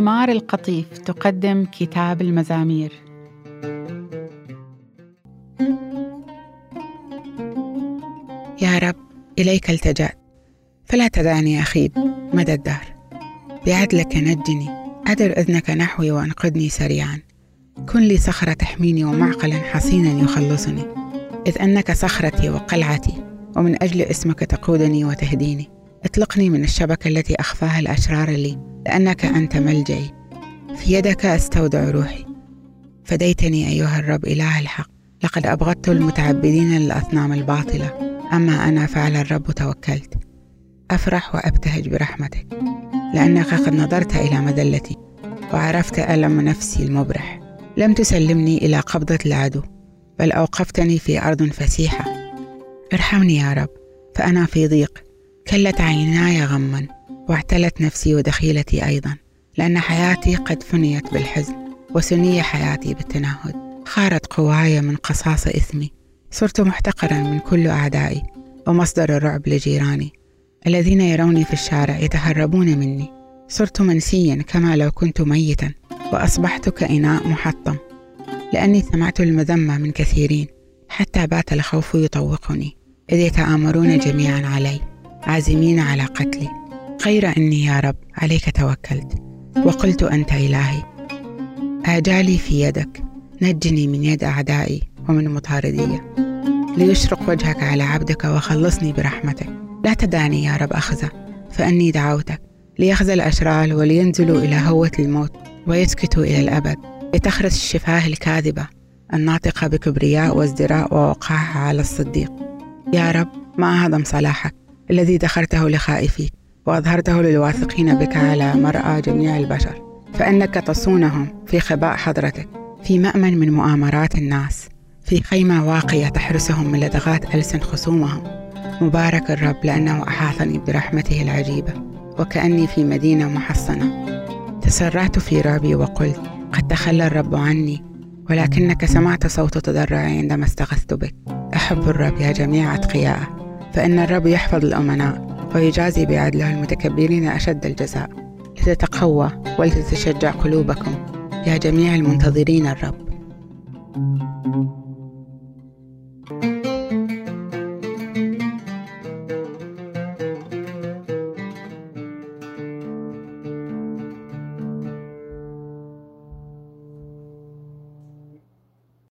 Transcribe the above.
ثمار القطيف تقدم كتاب المزامير. يا رب، إليك التجأت، فلا تدعني أخيب مدى الدهر. بعدلك نجني، أدر إذنك نحوي وأنقذني سريعا. كن لي صخرة تحميني ومعقلا حصينا يخلصني، إذ أنك صخرتي وقلعتي، ومن أجل اسمك تقودني وتهديني. اطلقني من الشبكة التي أخفاها الأشرار لي، لأنك أنت ملجئي. في يدك أستودع روحي. فديتني أيها الرب إله الحق. لقد أبغضت المتعبدين للأصنام الباطلة، أما أنا فعلى الرب توكلت. أفرح وأبتهج برحمتك، لأنك قد نظرت إلى مذلتي وعرفت ألم نفسي المبرح. لم تسلمني إلى قبضة العدو، بل أوقفتني في أرض فسيحة. ارحمني يا رب، فأنا في ضيق. كلت عيناي غما، واعتلت نفسي ودخيلتي أيضا، لأن حياتي قد فنيت بالحزن، وسني حياتي بالتنهد. خارت قواي من قصاص إثمي، صرت محتقرا من كل أعدائي، ومصدر الرعب لجيراني. الذين يروني في الشارع يتهربون مني. صرت منسيا كما لو كنت ميتا، وأصبحت كإناء محطم، لأني سمعت المذمة من كثيرين، حتى بات الخوف يطوقني، إذ يتآمرون جميعا علي، عازمين على قتلي. غير أني يا رب عليك توكلت، وقلت أنت إلهي. آجالي في يدك، نجني من يد أعدائي ومن مطاردي. ليشرق وجهك على عبدك وخلصني برحمتك. لا تدعني يا رب أخزى، فأني دعوتك. ليخزى الأشرار ولينزلوا إلى هوة الموت، ويسكتوا إلى الأبد. لتخرس الشفاه الكاذبة الناطقة بكبرياء وازدراء ووقاحة على الصديق. يا رب، ما أعظم صلاحك الذي ذخرته لخائفيك، وأظهرته للواثقين بك على مرأى جميع البشر. فإنك تصونهم في خباء حضرتك، في مأمن من مؤامرات الناس، في خيمة واقية تحرسهم من لدغات ألسن خصومهم. مبارك الرب، لأنه أحاطني برحمته العجيبة، وكأني في مدينة محصنة. تسرعت في رعبي وقلت: قد تخلى الرب عني، ولكنك سمعت صوت تضرعي عندما استغثت بك. أحب الرب يا جميع أتقياءه، فإن الرب يحفظ الأمناء، ويجازي بعدله المتكبرين أشد الجزاء. لتتقوى ولتتشجع قلوبكم يا جميع المنتظرين الرب.